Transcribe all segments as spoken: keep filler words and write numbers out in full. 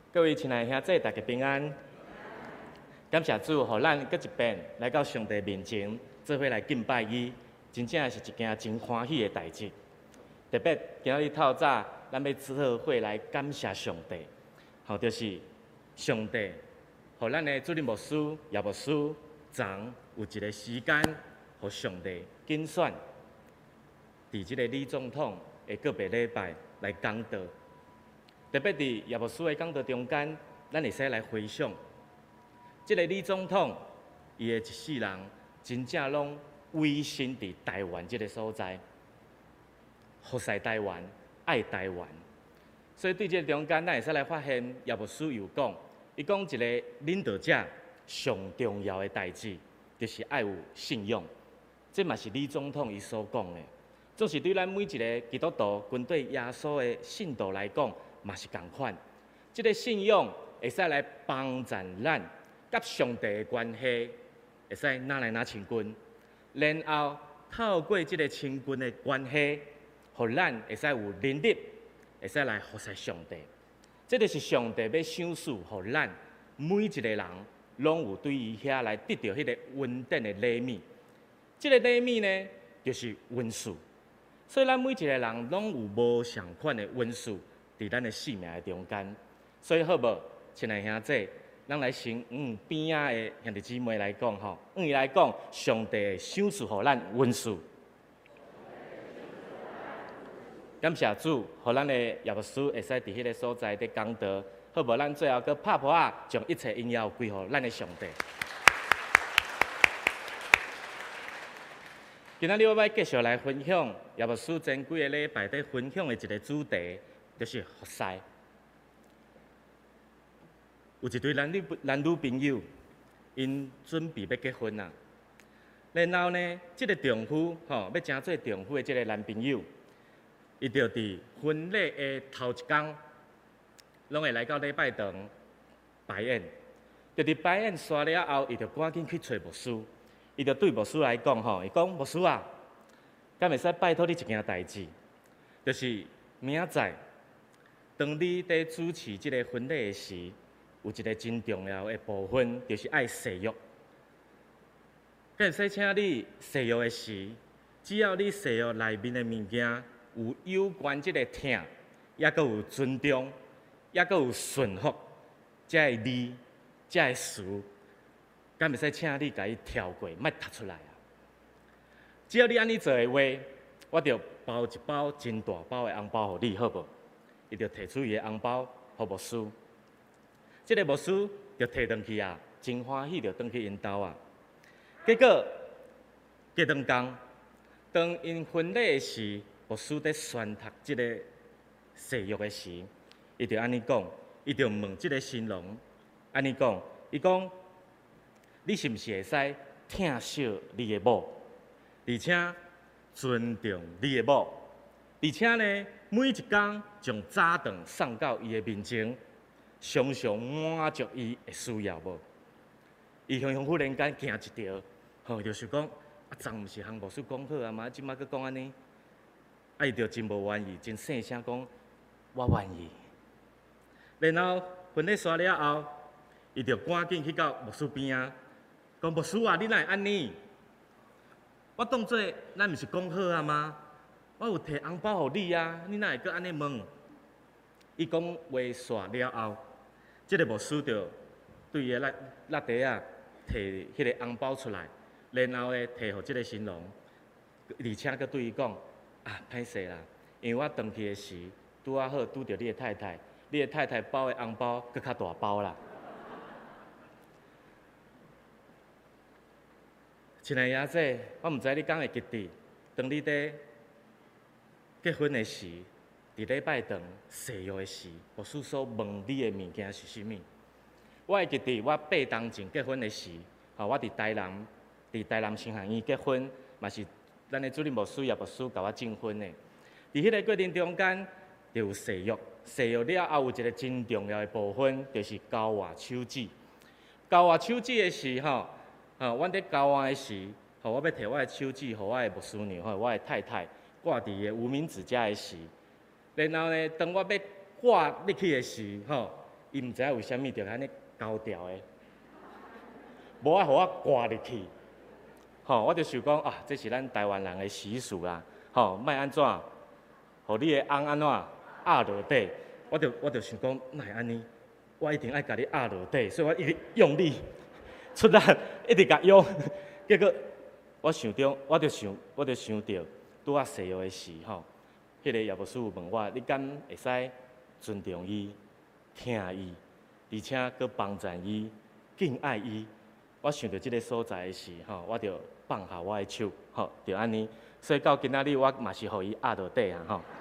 各位亲爱的兄弟，大家平安。感谢主，互咱搁一遍来到上帝面前，做伙来敬拜伊，真正是一件真欢喜的代志。特别今日透早，咱要组合会来感谢上帝，吼，就是上帝，互咱的主任牧师、叶牧师，昨有一个时间，互上帝拣选，伫即个李总统的个别礼拜来讲道。特别伫叶牧师的讲道中间，咱会使来回想，即、这个李总统，伊的一世人真正拢委身伫台湾即个所在，服侍台湾，爱台湾。所以对即个中间，咱会使来发现，叶牧师有讲，伊讲一个领导者上重要的代志，就是爱有信用。这嘛是李总统伊所讲的，总是对咱每一个基督徒、跟对耶稣的信徒来讲。嘛是共款，即、这个信用会使来帮助咱甲上帝的关系，会使拿来拿亲近，然后透过即个亲近的关系，互咱会使有能力，会使来服侍上帝。这就是上帝要赏赐互咱每一个人，拢有对伊遐来得到迄个稳定的礼物。即、这个礼物呢，就是温数。所以咱每一个人拢有无相款的温数。伫咱的生命的中间，所以好无，亲爱兄弟，咱来先嗯边仔的兄弟姊妹来讲吼，嗯伊来讲，上帝赏赐互咱温数。感谢主，互咱的叶牧师会使伫迄个所在伫讲道，好无？咱最后搁拍破啊，将一切荣耀归乎咱的上帝。今仔日我要继续来分享叶牧师前几个礼拜伫分享的一个主题。就是服侍，有一对男女男女朋友，因准备要结婚啦。然后呢，这个丈夫吼要成做丈夫的这个男朋友，伊就伫婚礼的头一天，拢会来到礼拜堂排演。就伫排演煞了后，伊就赶紧去找牧师，伊就对牧师来讲吼，伊讲牧师啊，敢会使拜托你一件代志，就是明仔。当你在主持这个婚礼的时，有一个真重要的部分，就是爱誓约。敢会使请你誓约的时，只要你誓约内面的物件有有关这个听，也阁有尊重，也阁有顺服，才会理，才会事，敢会使请你甲伊跳过，莫读出来啊！只要你安尼做的话，我就包一包真大包的红包给你，好无？伊就摕出伊的红包给牧师，即、这个牧师就摕回去啊，真欢喜就回去因兜啊。结果隔两天，当因婚礼的时，牧师在宣读即个誓约的时，伊就安尼讲，伊就问即个新郎安尼讲，伊讲你是毋是会使疼惜你的某，而且尊重你的某，而且呢？每一天将早顿送到伊的面前，常常满足伊的需要无？伊雄雄忽然间行一条，吼，就是讲啊，昨毋是向牧师讲好啊嘛，即摆佫讲安尼，啊，伊就真无愿意，真细声讲，我愿意。然后婚礼煞了后，伊就赶紧去到牧师边啊，讲牧师啊，你哪会安尼？我当作咱毋是讲好啊吗？我有摕红包互你啊，你哪会阁安尼问？伊讲话煞了后，即、这个牧师就对伊个laplap袋啊摕迄个红包出来，然后呢摕互即个新郎，而且阁对伊讲啊，歹势啦，因为我回去的时拄啊好拄着你的太太，你的太太包的红包阁较大包啦。亲爱的姐，我毋知你敢会记得，当你伫结婚的时，伫礼拜堂誓约的时，牧师所问你的物件是啥物？我会记得我八当前结婚的时，吼，我伫台南，伫台南新学院结婚，嘛是咱的主任牧师也牧师甲我证婚的。伫迄个过程中间，就有誓约，誓约了后有一个真重要的部分，就是交换手指。交换手指的时候，吼，阮伫交换的时，吼，我要摕我的手指，互我的牧师娘，吼，我的太太。挂伫个无名指甲的时，然后呢，当我要挂入去的时，吼， 伊毋知影为虾米着安尼高调的，无爱互我挂入去。吼，我就想讲啊，这是咱台湾人的习俗啦。吼，莫安怎，互你的翁安怎压落底？我就我就想讲，哪会安尼？我一定爱甲你压落底，所以我一直用力出力，一直甲用。结果我想中，我就想，我就想到拄啊西药的时吼，迄个业务师有问我，你敢会使尊重伊、听伊，而且佮帮赞伊、敬爱伊？我想到即个所在的时吼，我就放下我的手，吼，就安尼。所以到今仔日，我嘛是互伊压到底啊，吼。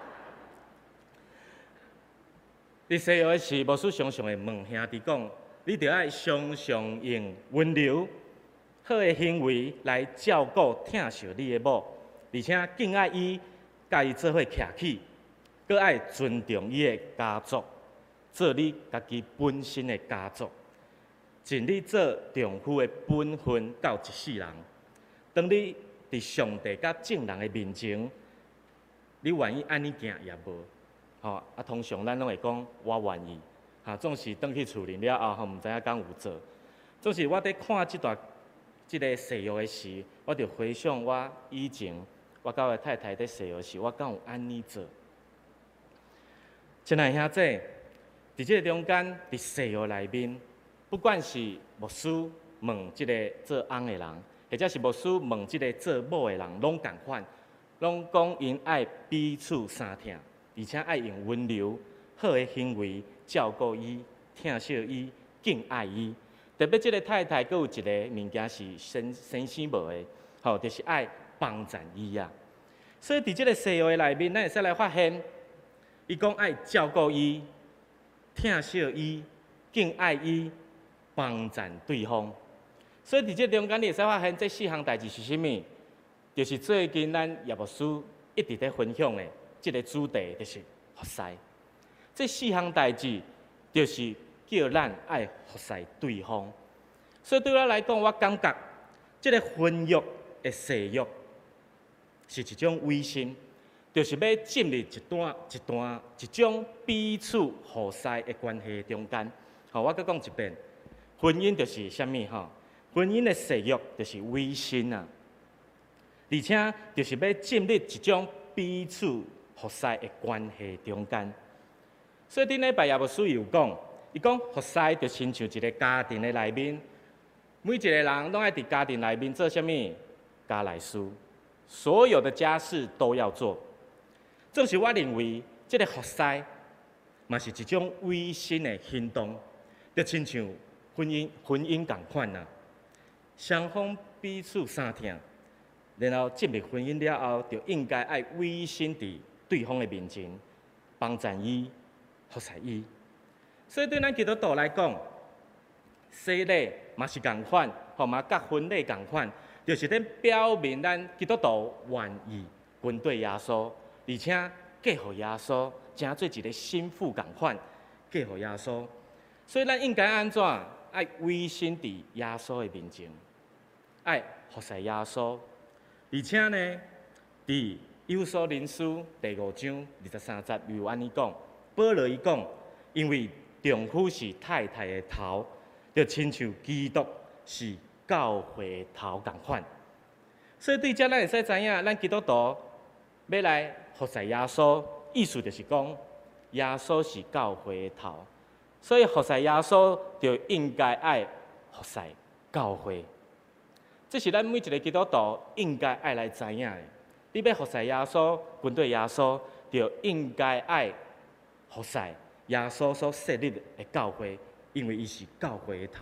伫西药的时，牧师常常会问兄弟讲，你着爱常常用温柔、好的行为来照顾、疼惜你的某，而且敬爱伊，甲伊做伙徛起，佮爱尊重伊的家族，做你家己本身的家族，尽你做丈夫的本分到一世人。当你伫上帝甲正人的面前，你愿意安尼行也无？吼、哦、啊，通常咱拢会讲我愿意，哈、啊，总是转去厝里了后，吼，毋知影敢有做。总是我伫看即段即、这个西药的时，我就回想我以前我甲我太太伫西药时，我敢有安尼做。亲爱兄弟，伫即个中间，伫西药内面，不管是牧师问即个做翁的人，或者是牧师问即个做某的人，拢共款，拢讲因爱彼此相疼。而且爱用温柔、好的行为照顾伊、疼惜伊、敬爱伊。特别即个太太，阁有一个物件是先先生无的，吼，就是爱帮赞伊啊。所以伫即个西药的内面，咱会使来发现，伊讲爱照顾伊、疼惜伊、敬爱伊、帮赞对方。所以伫即中间，你会使发现这四项代志是啥物？就是最近咱业务师一直在分享的。这个主题就是服侍，这四项代志就是叫咱爱服侍对方。所以对我来讲，我感觉这个婚约的誓约是一种委身，就是要建立一段一段一种彼此服侍的关系中间。好，我再讲一遍，婚姻就是啥物？吼，婚姻的誓约就是委身啊，而且就是要建立一种彼此服侍的关系中间，所以顶礼拜也无需要讲，伊讲服侍就亲像一个家庭的内面，每一个人拢爱伫家庭内面做啥物？家内事，所有的家事都要做。正是我认为，这个服侍嘛是一种委身的行动，就亲像婚姻婚姻共款啊，双方彼此相疼，然后进入婚姻了后，就应该爱委身伫对方的面前，帮赞伊、服侍伊。所以对咱基督徒来讲，洗礼嘛是共款，吼嘛甲婚礼共款，就是咱表明咱基督徒愿意跟对耶稣，而且嫁予耶稣，诚做一个心腹共款，嫁予耶稣。所以咱应该安怎？爱委身伫耶稣的面前，爱服侍耶稣，而且呢，伫《有所人书》第五章二十三节有安尼讲，保罗伊讲，因为丈夫是太太的头，就亲像基督是教会的头共款。所以对这咱会使知影，咱基督徒要来服侍耶稣，意思就是讲，耶稣是教会的头，所以服侍耶稣就应该爱服侍教会。这是咱每一个基督徒应该爱来知影的。你要服侍耶稣，跟对耶稣，就应该爱服侍耶稣所设立的教会，因为伊是教会的头。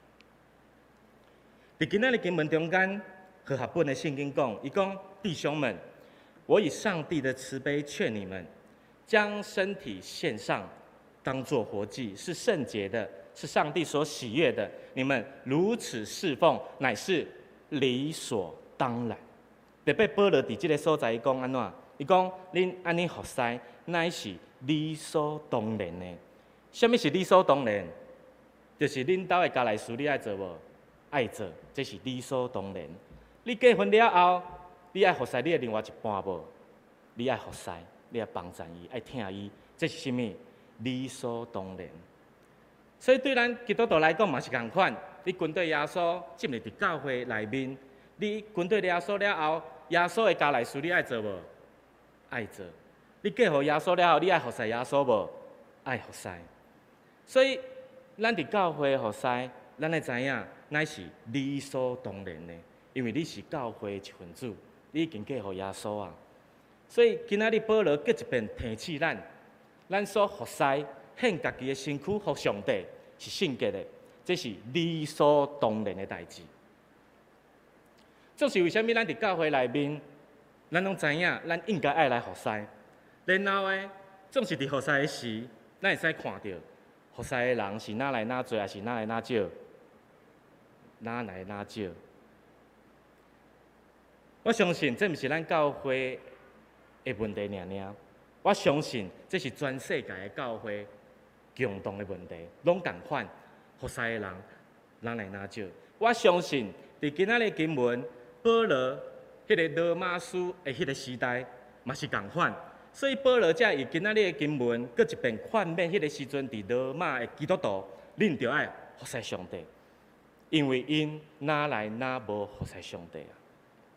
伫今仔日经文中间，和合本的圣经讲，伊讲弟兄们，我以上帝的慈悲劝你们，将身体献上，当作活祭，是圣洁的，是上帝所喜悦的。你们如此侍奉，乃是理所当然。特别保罗伫即个所在，伊讲安怎？伊讲恁安尼服侍，乃是理所当然的。什么是理所当然？就是恁兜的家内事，你爱做无？爱做，这是理所当然。你结婚了后，你爱服侍你的另外一半无？你爱服侍，你爱帮赞伊，爱疼伊，这是什么？理所当然。 所以对咱基督徒来讲嘛是共款。你军队耶稣进入伫教会内面，你军队耶稣了后，耶稣的家内事你爱做无？爱做。你嫁予耶稣了后，你爱服侍耶稣无？爱服侍。所以咱伫教会服侍，咱会知影乃是理所当然的，因为你是教会一份子，你已经嫁予耶稣啊。所以今仔日保罗搁一遍提醒咱，咱所服侍、献家己的身躯予上帝是圣洁的。这是理所当然的代志。就是为虾米咱伫教会内面，咱拢知影，咱应该爱来服侍。然后呢，总是伫服侍的时，咱会使看到服侍的人是哪来哪多，还是哪来哪少，哪来哪少。我相信这毋是咱教会的问题尔尔，我相信这是全世界的教会共同的问题，拢共款。服侍的人，哪来哪少？我相信，伫今仔日经文，保罗迄个罗马书的迄个时代，嘛是共款。所以保罗才以今仔日的经文，搁一遍劝勉迄个时阵伫罗马的基督徒，恁着爱服侍上帝，因为因哪来哪无服侍上帝啊？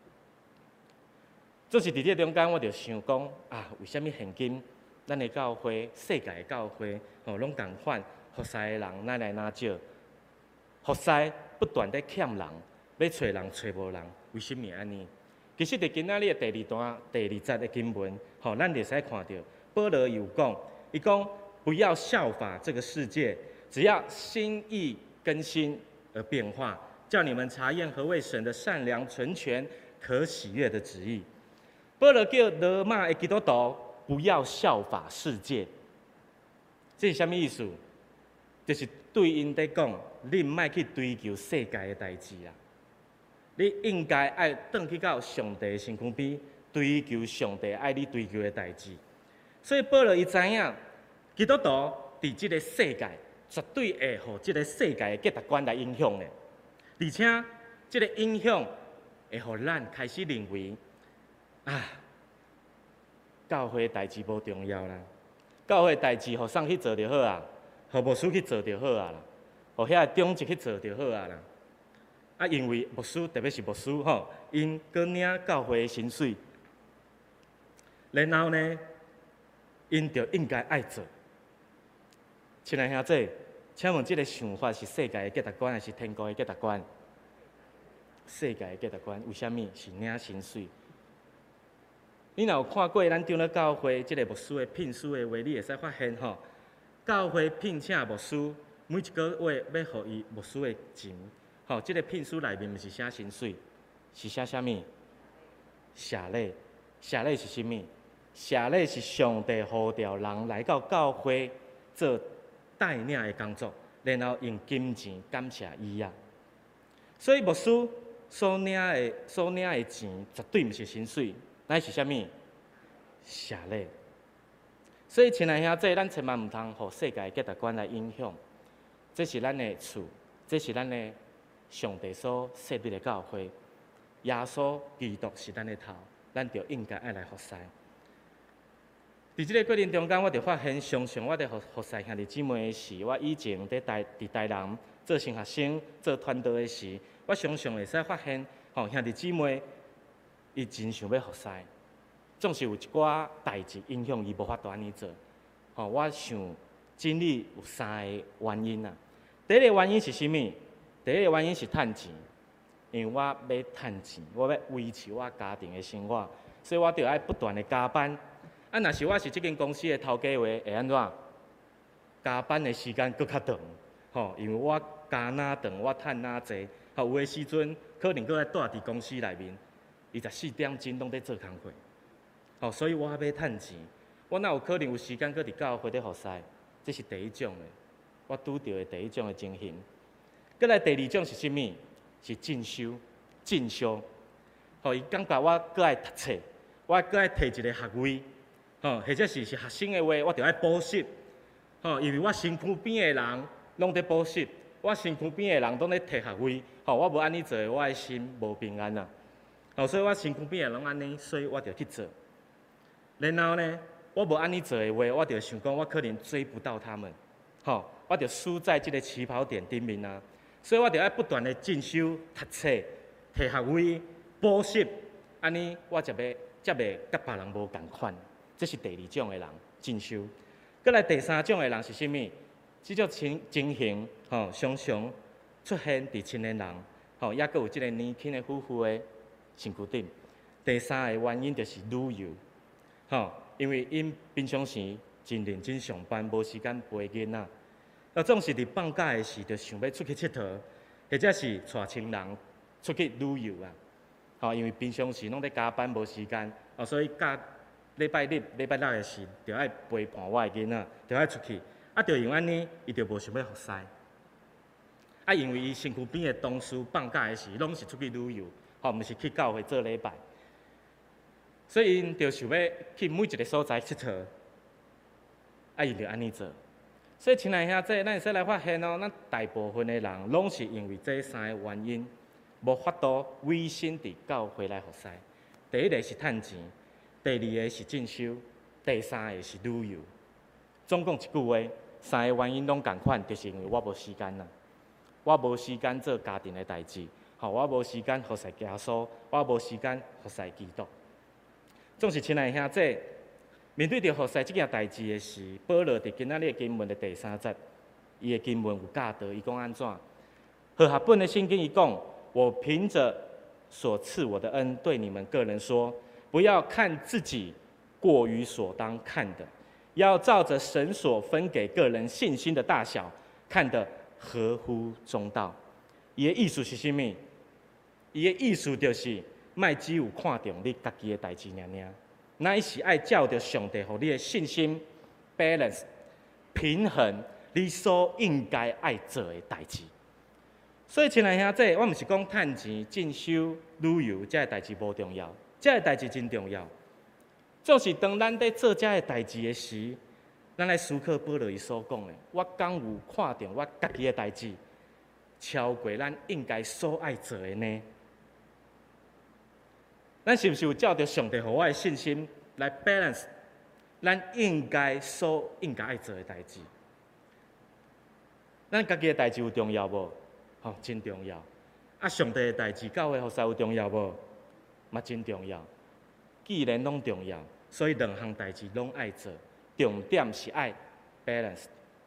就是伫这中间，我就想讲啊，为虾米现今咱的教会、世界的教会，吼，拢共款？服侍的人哪来哪少？服侍不断在欠人，要找人找无人，为什么安尼？其实伫今仔日第二段第二节的经文，吼，咱就使看到保罗有讲，伊讲不要效法这个世界，只要心意更新而变化，叫你们查验何为神的善良、纯全、可喜悦的旨意。保罗叫罗马的基督徒不要效法世界，这是啥物意思？就是对因在讲，你毋爱去追求世界的代志啦，你应该爱转去到上帝的身躯边，追求上帝爱你追求的代志。所以保罗伊知影，基督徒伫即个世界绝对会互即个世界的价值观来影响的，而且即个影响会互咱开始认为啊，教会代志无重要啦，教会代志互送去做就好啊。互牧师去做就好啊啦，互遐长职去做就好啊啦。啊，因为牧师特别是牧师吼，因搁领教会的薪水，然后呢，因就应该爱做。亲爱兄弟，请问这个想法是世界的价值观，还是天国的价值观？世界的价值观，为什么是领薪水？你若有看过咱长了教会这个牧师的聘书的话，你会使发现吼。教会聘请牧师，每一个月要互伊牧师的钱，吼，即个聘书内面毋是写薪水，是写啥物？谢礼。谢礼是啥物？谢礼是上帝呼召人来到教会做带领的工作，然后用金钱感谢伊啊。所以牧师所领的所领的钱，绝对毋是薪水，乃是啥物？谢礼。所以，亲爱兄弟，咱千万毋通互世界价值观来影响。这是咱的厝，这是咱的上帝所设立的教会。耶稣基督是咱的头，咱就应该爱来服侍。伫即个过程中间，我就发现，常常我伫服服侍兄弟姊妹的时，我以前伫台伫台南做神学生、做传道的时，我常常会使发现，吼兄弟姊妹，伊真想要服侍。总是有一寡代志影响伊无法度安尼做，吼！我想真理有三个原因啊。第一个原因是啥物？第一个原因是趁钱，因为我要趁钱，我要维持我家庭的生活，所以我就要不断的加班。啊，若是我是这间公司的头家话，会安怎？加班的时间搁较长，吼！因为我加哪长，我趁哪济，吼！有的时阵可能搁爱住伫公司内面，二十四点钟拢在做工课。哦，所以我要趁钱，我哪有可能有时间搁伫教会咧服侍？这是第一种的，我拄到的第一种的情形。搁来第二种是啥物？是进修、进修。吼，伊感觉我搁爱读册，我搁爱摕一个学位，吼，或者是是学生的话，我着爱补习。吼，因为我身躯边的人拢在补习，我身躯边的人拢咧摕学位，吼，我无安尼做，我的心无平安啊。吼，所以我身躯边的人拢安尼，所以我着去做。然后呢，我无安尼做的话，我就想讲，我可能追不到他们， 吼，我着输在即个起跑点顶面啊，所以我着爱不断的进修、读册、摕学位、补习，安尼我才要才袂甲别人无共款。这是第二种的人进修。再来第三种的人是啥物？即种情情形，吼，常常出现伫青年人，吼，也阁有即个年轻的夫妇的身躯顶。第三个原因就是旅游，吼，因为因平常时真认真上班，无时间陪囡仔，啊，总是伫放假的时，就想要出去佚佗，或者是带亲人出去旅游啊，吼，因为平常时拢咧加班，无时间，哦，所以假礼拜日、礼拜六的时，就爱陪伴我的囡仔，就爱出去。啊，就因安尼，伊就无想要服侍。啊，因为伊身躯边的同事放假的时，拢是出去旅游，吼，毋是去教会做礼拜，所以因就想要去每一个所在佚佗。啊，伊就安尼做。所以，亲爱兄弟，咱会使来发现哦，咱大部分的人拢是因为这三个原因，无法度委身伫教会来服侍。第一个是趁钱，第二个是进修，第三个是旅游。总共一句话，三个原因拢共款，就是因为我无时间啦，我无时间做家庭的代志，吼，我无时间服侍家属，我无时间服侍基督。总是亲爱兄弟，面对着服侍这件代志的时，保罗伫今仔日经文的第三节，伊的经文有教导，伊讲安怎？和合本的圣经伊讲，我凭着所赐我的恩，对你们个人说，不要看自己过于所当看的。要照着神所分给个人信心的大小，看得合乎中道。伊的意思是啥物？伊的意思就是，莫只有看重你家己的代志尔尔，乃是爱照着上帝互你的信心 balance 平衡你所应该爱做的代志。所以，亲爱兄弟，我毋是讲趁钱、进修、旅游这个代志无重要，这个代志真重要。总是当咱在做这个代志的时，咱来思考保罗伊所讲的：我敢有看重我家己的代志，超过咱应该所爱做的呢？咱是不是有照着上帝给我的信心来 balance 咱应该所应该爱做的代志？咱家己的代志有重要无？吼、哦，真重要。啊，上帝的代志、教会服侍有重要无？嘛真重要。既然拢重要，所以两项代志拢爱做，重点是爱 balance。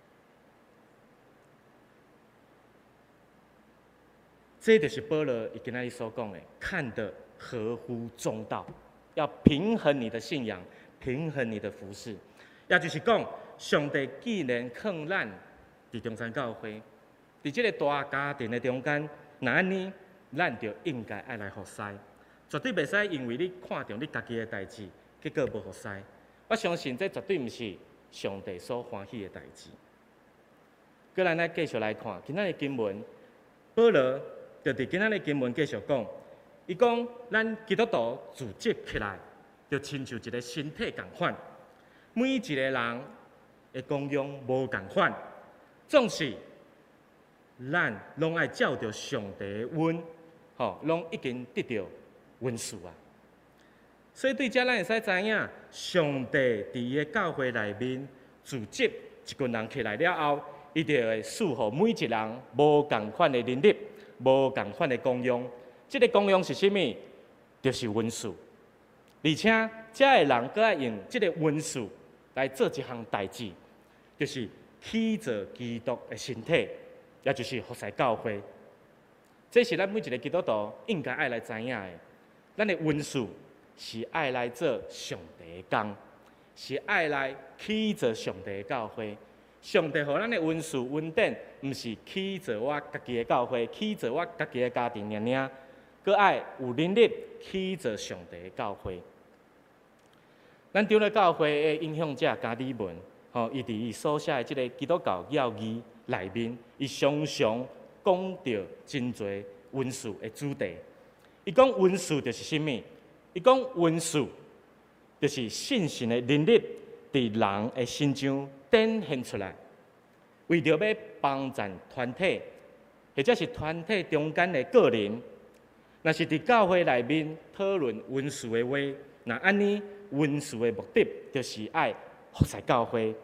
这就是保罗伊今仔日所讲的，看得合乎中道，要平衡你的信仰，平衡你的服事。也就是讲，上帝既然劝咱伫中山教会，伫这个大家庭的中间，那安尼，咱就应该爱来服侍。绝对袂使因为你看重你家己的代志，结果无服侍。我相信这绝对毋是上帝所欢喜的代志。过来，咱继续来看今仔日经文，保罗就伫今仔日经文继续讲，伊讲咱基督徒组织起来，就亲像一个身体共款，每一个人的功用无共款，总是咱拢爱照着上帝的恩，吼，拢已经得到恩赐啊，所以对这咱会使知影，上帝伫伊的教会内面组织一群人起来了后，伊就会赐予每一人无共款的能力，无共款的功用。这个功用是啥物？就是恩赐。而且，这个人搁爱用这个恩赐来做一项代志，就是起造基督的身体，也就是服侍教会。这是咱每一个基督徒应该爱来知影的。咱的恩赐是爱来做上帝的工，是爱来起造上帝的教会。上帝予咱的恩赐恩典，毋是起造我家己的教会，起造我家己的家庭尔尔，佮爱有能力起造上帝的教会。咱丢了教会的影响者加里文，吼，伊伫伊所写的即个基督教要义内面，伊常常讲到真侪恩赐的主题。伊讲恩赐就是啥物？伊讲恩赐就是信心的能力伫人的心中展现出来，为着要帮助团体，或者是团体中间的个人，若是伫教会内面讨论恩赐的话，那安尼恩赐的目的就是爱服侍教会，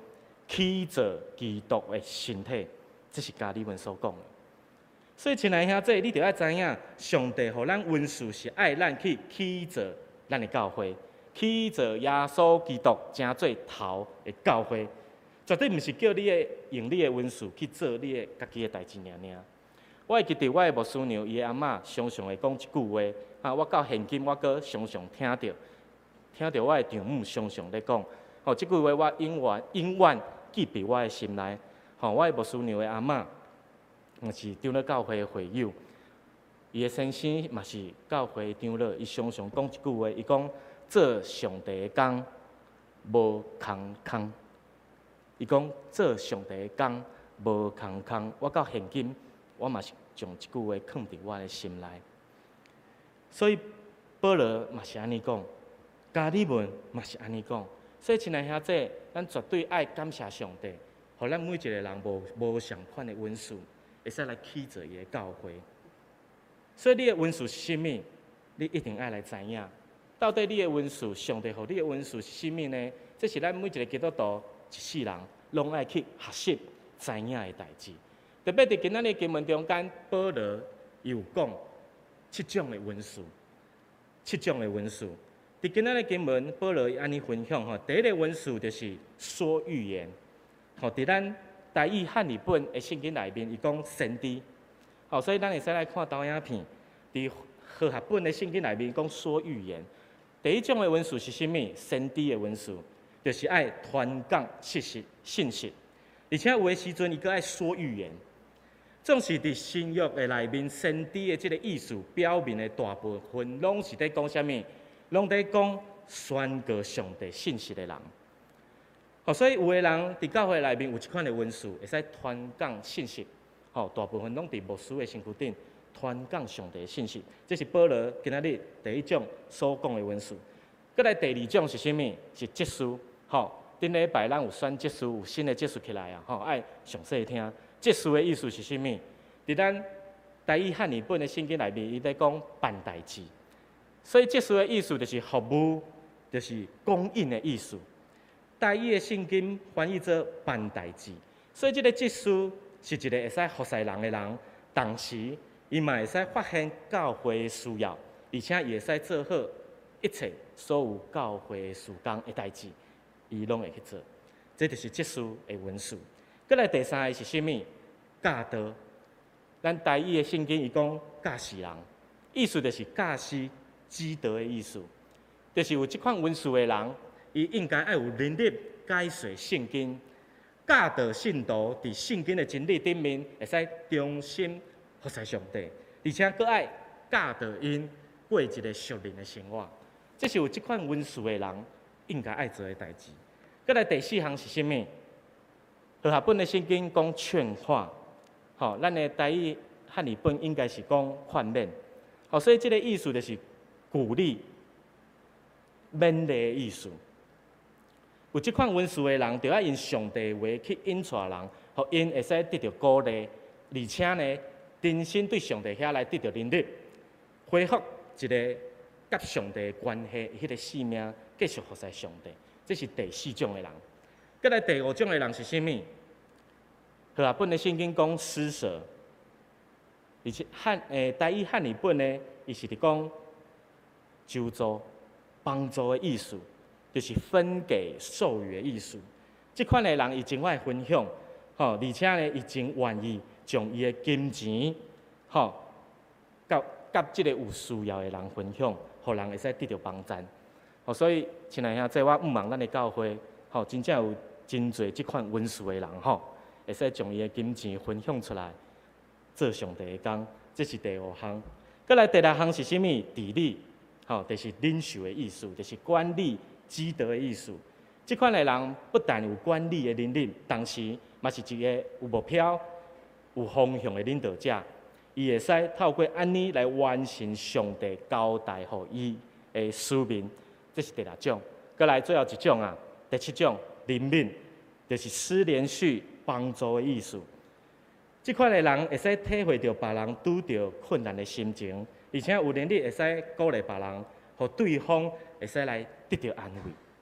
起造基督的身体，这是加利文所讲的。所以，亲爱兄弟，你着要知影，上帝互咱恩赐是爱咱去起造咱的教会，起造耶稣基督成做头的教会，绝对毋是叫你的用你的恩赐去做你的家己的代志尔尔。我会记得我的牧师娘伊的阿嬷常常会讲一句话，啊，我到现今我阁常常听到，听到我的丈母常常咧讲，吼，即句话我永远永远记伫我的心内。吼，我的牧师娘的阿嬷。嘛是长老教会的会友，伊的先生嘛是教会长老，伊常常讲一句话，伊讲做上帝的工无空空。伊讲做上帝的工无空空。我到现今，我嘛是将即句话藏伫我的心内。所以保罗嘛是安尼讲，加利文嘛是安尼讲。所以亲爱兄弟，咱绝对爱感谢上帝，互咱每一个人无无相款的恩赐。会使来起造伊个教会，所以你的恩赐是甚物？你一定爱来知影。到底你的恩赐，上帝互你的恩赐是甚物呢？这是咱每一个基督徒一世人拢爱去学习、知影的代志。特别伫今仔日经文中间，保罗有讲七种的恩赐，七种的恩赐。伫今仔日经文，保罗安尼分享吼，第一个恩赐就是说预言，吼，伫咱。台语汉语本的圣经内面，伊讲先知，好，所以咱会使来看导影片。伫和合本的圣经内面讲说预言。第一种的文字是甚物？先知的文字，就是爱传讲信息、信息，而且有的时阵伊阁爱说预言。总是伫新约的内面，先知的即个意思，表面的大部分拢是在讲啥物？拢在讲宣告上帝信息的人。哦，所以有的人伫教会内面有一款的文字，会使传讲信息。吼，大部分拢伫牧师的身躯顶传讲上帝的信息。这是保罗今仔日第一种所讲的文字。再来第二种是啥物？是结束。吼，顶礼拜咱有选结束，有新的结束起来啊！吼，爱详细听。结束的意思是啥物？伫咱台语汉语本的圣经内面，伊在讲办代志。所以结束的意思就是服务，就是供应的意思。台语的圣经翻译做办代志，所以这个结束是一个会使服侍人的人，同时伊嘛会使发现教会的需要，而且伊会使做好一切所有教会的事工的代志，伊拢会去做。这就是结束的文字。再来第三个是啥物？教导。咱台语的圣经伊讲教示人，意思就是教示指导的意思，就是有这款文字的人。伊应该爱有能力解说圣经，教导信徒伫圣经的真理顶面，会使忠心服侍上帝，而且佫爱教导因过一个属灵的生活。这是有这款文字的人应该爱做的代志。佫来第四项是啥物？和合本的圣经讲劝化，吼，咱的台语汉语本应该是讲劝勉，吼，所以这个意思就是鼓励、勉励的意思。有这款文字的人，就要因上帝话去引带人，互因会使得到鼓励，而且呢，真心对上帝遐来得到能力，恢复一个甲上帝的关系，迄个性命继续服侍上帝。这是第四种的人。再来第五种的人是啥物？和合本的圣经讲施舍，而且汉诶台语汉语本呢，伊是伫讲救助、帮助的意思。就是分给授予的意思。这款的人，伊真爱分享，吼，而且呢，伊真愿意将伊的金钱，吼，甲甲即个有需要的人分享，互人会使得到帮助。吼，所以，亲爱兄弟，我毋望咱的教会，吼，真正有真侪即款文字的人，吼，会使将伊的金钱分享出来，做上帝的工。这是第五项。再来第六项是啥物？治理，吼，就是领袖的意思，就是管理。指导的意思，这款的人不但有管理的能力，同时嘛是一个有目标、有方向的领导者。伊会使透过安尼来完成上帝交代予伊的使命。这是第六种。再来最后一种啊，第七种怜悯，就是施连续帮助的意思。这款的人会使体会到别人拄到困难的心情，而且有能力会使鼓励别人，互对方会使来得到安慰。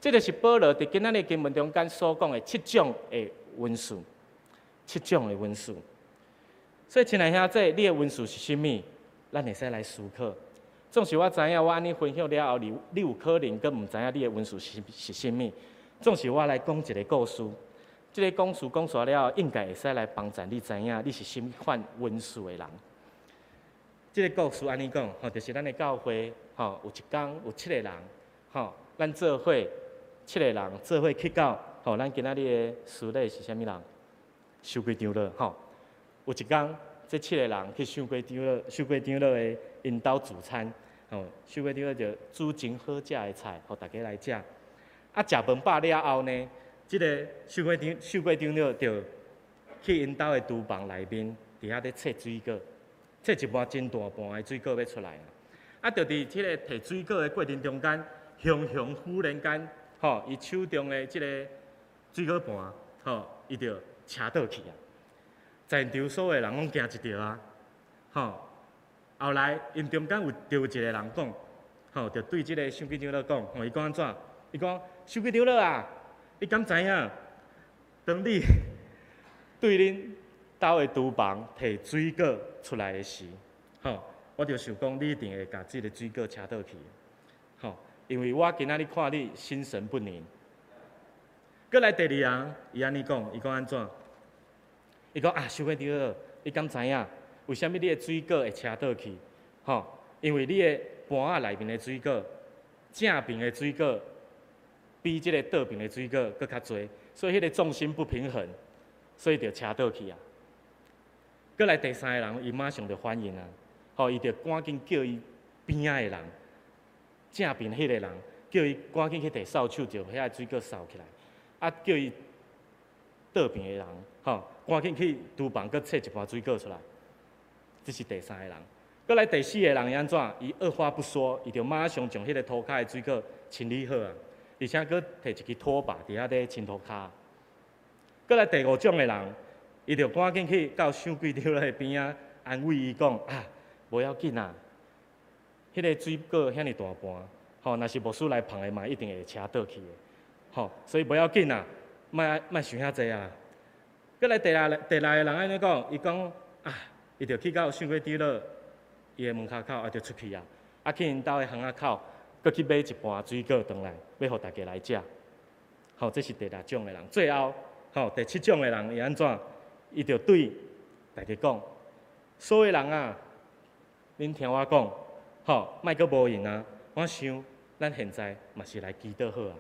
这就是保罗伫今仔日经文中间所讲的七种的温数，七种的温数。所以，亲爱兄弟，你的温数是甚物？咱会使来思考。总是我知影，我安尼分享了后，你你有可能阁毋知影你的温数是是甚物。总是我来讲一个故事，这个故事讲煞了，应该会使来帮助你知影你是甚物款温数的人。这个故事安尼讲，吼，就是咱的教会，吼，有一天有七个人，吼，咱做伙七个人做伙去到，吼，咱今仔日的司礼是啥物人？收归场了，吼。有一天，这七个人去收归场了，收归场了的因兜聚餐，吼，收归场了就煮真好食的菜，互大家来食。啊，食饭饱了后呢，即、这个收归场收归场了就去因兜的厨房内面，伫遐咧切水果。切一盘真大盘的水果要出来啊！啊，就伫即个摕水果的过程中间，雄雄忽然间，吼，伊手中的即个水果盘，吼，伊就车倒去啊！在现场所有人拢惊一跳啊！吼，后来因中间有着一个人讲，吼，就对即个收据长老讲，吼，伊讲安怎？伊讲收据长老啊，你敢知影？当你对恁兜的厨房摕水果出来的时，吼，我就想讲，你一定会甲即个水果车倒去，吼，因为我今仔日看你心神不宁。搁来第二人，伊安尼讲，伊讲安怎？伊讲啊，收过长老，你敢知影？为虾米你的水果会车倒去？吼，因为你的盘仔内面的水果，正边的水果比即个倒边的水果搁较侪，所以迄个重心不平衡，所以就车倒去啊。搁来第三个人，伊马上就反应啊，吼，伊就赶紧叫伊边仔的人，正边迄个人，叫伊赶紧去摕扫帚，就遐水果扫起来，啊，叫伊倒边的人，吼，赶紧去厨房搁切一盘水果出来。这是第三个人。搁来第四个人伊安怎？伊二话不说，伊就马上将迄个涂骹的水果清理好啊，而且搁摕一支拖把伫遐咧清涂骹。搁来第五种的人。伊就赶紧去到收柜长的边仔，安慰伊讲啊，无要紧啊，迄、那个水果遐尼大盘，吼，若是牧师来捧的嘛，一定会车倒去的，吼，所以无要紧啊，莫莫想遐济啊。搁来第六第六个人安尼讲，伊讲啊，伊就去到收柜长了，伊的门口口啊，就出去啊，啊去因兜的巷仔口，搁去买一盘水果回来，要互大家来食。吼，这是第六种的人。最后，吼，第七种的人伊安怎？伊就对大家讲，所有人啊，恁听我讲，吼，莫阁无用啊！我想，咱现在嘛是来祈祷好啊。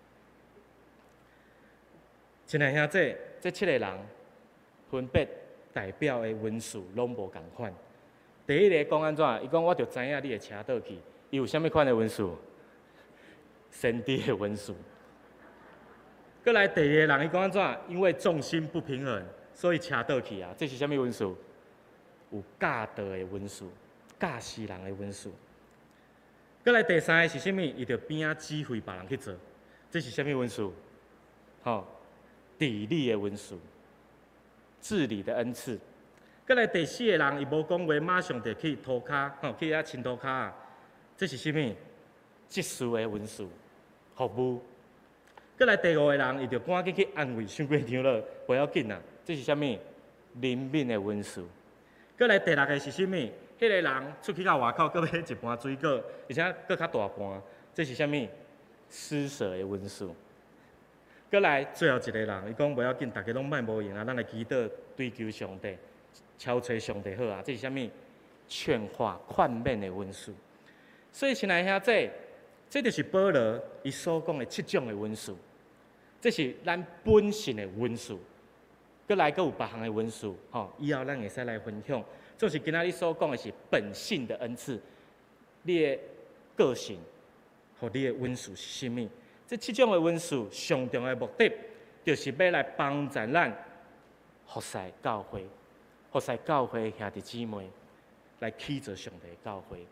亲爱兄弟，这七个人分别代表的文数拢无共款。第一个讲安怎？伊讲我就知影你会车倒去，伊有啥物款的文数？神地的文数。搁来第二个人，伊讲安怎？因为重心不平衡。所以车倒去啊，这是啥物温数？有教导的温数，教死人的温数。搁来第三个是啥物？伊就边仔指挥别人去做，这是啥物温数？吼，治理的温数，治理的恩赐。搁来第四个人，伊无讲话，马上就去涂骹，吼，去遐清涂骹啊，这是啥物？技术的温数，服务。搁来第五个人，伊就赶紧去安慰伤过场了，不要紧啊。这是啥物？灵敏的温数。搁来第六个是啥物？迄、那个人出去到外口，搁买一盘水果，而且搁较大盘。这是啥物？施舍的温数。搁来最后一个人，伊讲不要紧，大家拢莫无用啊，咱来祈祷追求上帝，超找上帝好啊。这是啥物？劝化宽免的温数。所以，亲爱兄弟，这就是保罗伊所讲的七种的温数。这是咱本性的温数。搁来，搁有别项的文书，吼，以后咱会使来分享。就是今仔日所讲的是本性的恩赐，你的个性和你的温数是啥物？这七种的温数，上重要的目的，就是要来帮助咱服侍教会，服侍教会兄弟姊妹，来起造上帝的教会。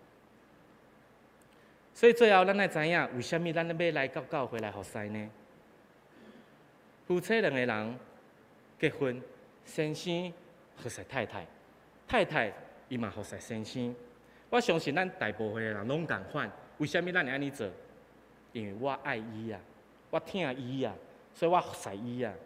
所以最后，咱来知影，为虾米咱要来到教会来服侍呢？夫妻两个人。结婚，先生服侍太太，太太伊嘛服侍先生。我相信咱大部分的人拢共款。为什么咱会安尼做？因为我爱伊啊， 我疼伊啊，所以我服侍伊啊。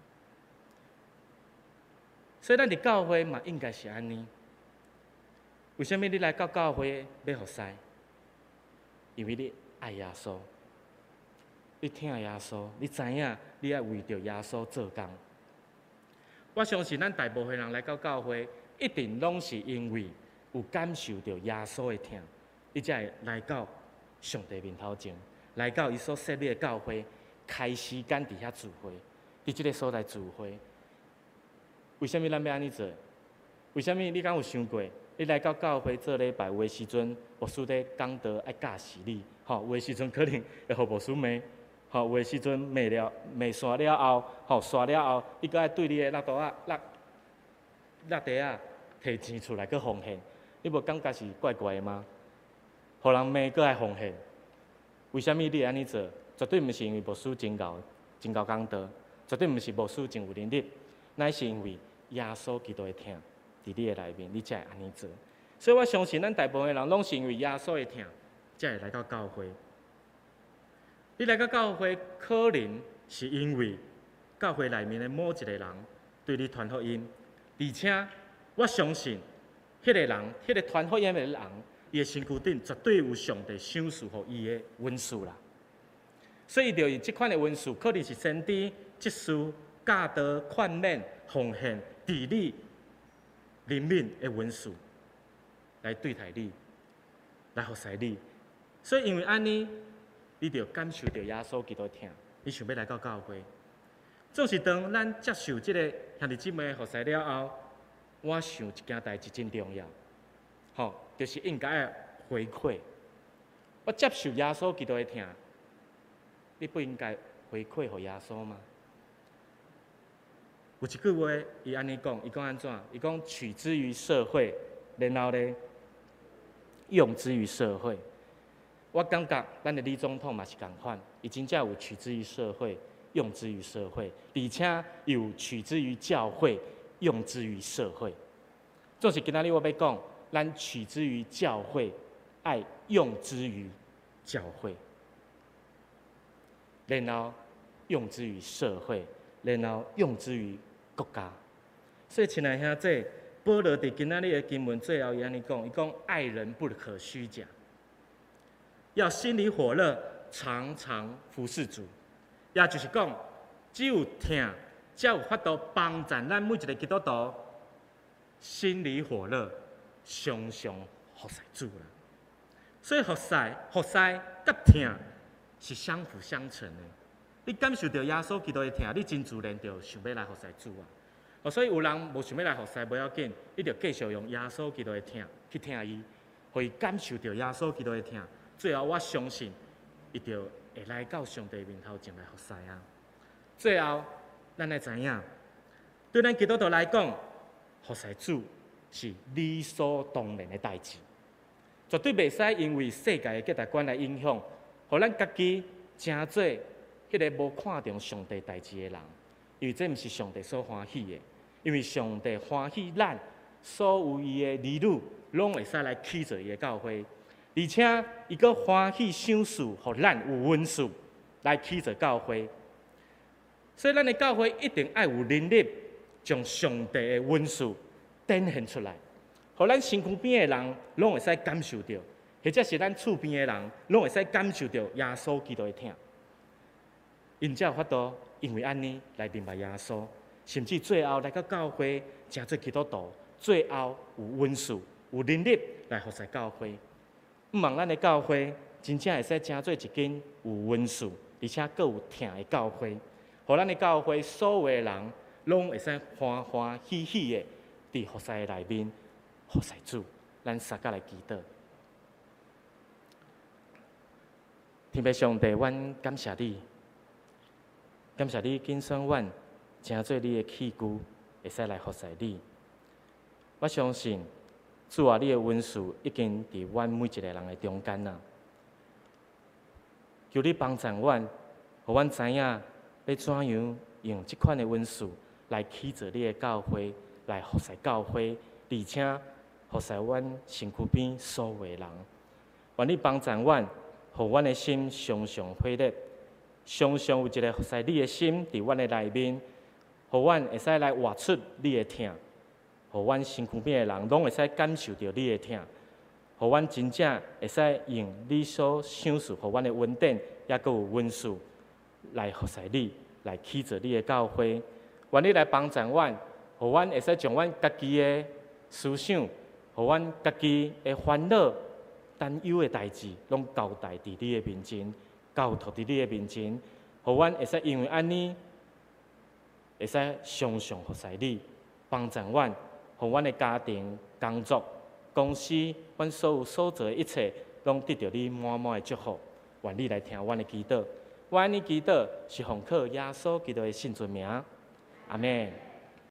所以咱伫教会嘛，应该是安尼。为什么你来到教会要服侍？因为你爱耶稣，你疼耶稣，你知影你要为着耶稣做工。我相信咱大部分人来到教会，一定拢是因为有感受到耶稣的疼，你才会来到上帝面头前，来到伊所设立的教会，开时间伫遐聚会，伫即个所在聚会。为什么咱要安尼做？为什么你敢有想过？你来到教会做礼拜，有的时阵，牧师在讲道爱教示你，吼，有的时阵可能会互牧师骂，吼，有的时阵骂了骂煞了后，吼，煞了后，你搁爱对你的laptop啊、laptop、laptop 啊，摕钱出来搁奉献，你无感觉是怪怪的吗？互人骂搁爱奉献，为什么你会安尼做？绝对毋是因为牧师真贤、真贤讲道，绝对毋是牧师真有能力，乃是因为耶稣基督的疼。伫你的内面，你才会安尼做。所以我相信，咱大部分人拢是因为耶稣的疼，才会来到教会。你来到教会，可能是因为教会内面的某一个人对你传福音，而且我相信，迄个人、迄个传福音的人，伊的身躯顶绝对有上帝赏赐予伊的恩赐啦。所以，就以即款的恩赐，可能是先知、执事、教导、劝勉、奉献、治理。灵敏的文书来对待你，来服侍你，所以因为安尼，你就感受到耶稣基督疼，你想要来到教会。总是当咱接受这个兄弟姊妹服侍了后，我想一件代志真重要，吼，就是应该要回馈。我接受耶稣基督的疼，你不应该回馈给耶稣吗？有一句话，伊安尼讲，伊讲安怎？伊讲取之于社会，然后咧用之于社会。我感觉咱的李总统嘛是共款，伊真正有取之于社会，用之于社会，而且有取之于教会，用之于社会。总是今仔日我要讲，咱取之于教会，爱用之于教会，然后用之于社会，然后用之于国家。所以，亲爱兄弟，保罗伫今仔日的经文最后伊安尼讲，伊讲爱人不可虚假，要心里火热，常常服侍主。也就是讲，只有疼，才有法度帮助咱每一个基督徒心里火热，常常服侍主啦。所以，服侍、服侍甲疼是相辅相成的。你感受到耶稣基督的疼，你真自然就想要来服侍主啊。哦，所以有人无想要来服侍，不要紧，你就继续用耶稣基督的疼去疼伊，互伊感受到耶稣基督的疼。最后，我相信伊就会来到上帝面头前来服侍啊。最后，咱来知影，对咱基督徒来讲，服侍主是理所当然的代志，绝对袂使因为世界的价值观来影响，互咱家己成做迄个无看重上帝代志的人，因为这毋是上帝所欢喜的。因为上帝欢喜咱所有伊的儿女，拢会使来起做伊的教会，而且伊阁欢喜赏赐，互咱有恩赐来起做教会。所以，咱的教会一定要有能力，将上帝的恩赐展现出来，互咱身躯边的人拢会使感受到，或者是咱厝边的人拢会使感受到耶稣基督的疼。因才有法度，因为安尼来明白耶稣，甚至最后来到教会，成做基督徒，最后有恩赐、有能力来服侍教会。毋望咱的教会真正会使成做一间有恩赐，而且阁有疼的教会，互咱的教会所有的人拢会使欢欢喜喜的伫服侍的内面服侍主。咱三甲来祈祷。天父上帝，阮感谢你。感谢你拣选阮，成做你的器具，会使来服侍你。我相信，主啊，你的恩赐已经伫阮每一个人的中间啦。求你帮助阮，互阮知影要怎样用这款的恩赐来起造你的教会，来服侍教会，而且服侍阮身躯边所有的人。愿你帮助阮，互阮的心常常火热。 常常有一个服侍你的心伫阮的内面，互阮会使来活出你的疼，互阮身躯边的人拢会使感受到你的疼，互阮真正会使用你所想事，互阮的稳定，也阁有温数来服侍你，来起造你的教会。愿你来帮助阮，互阮会使将阮家己的思想，互阮家己的烦恼、担忧的代志，拢交代伫你的面前，交托伫你的面前，互阮会使因为安尼，会使常常服侍你，帮助阮，互阮的家庭、工作、公司，阮所有所做的一切，拢得到你满满的祝福。愿你来听阮的祈祷，我安尼祈祷是奉靠耶稣基督的圣尊名，阿门。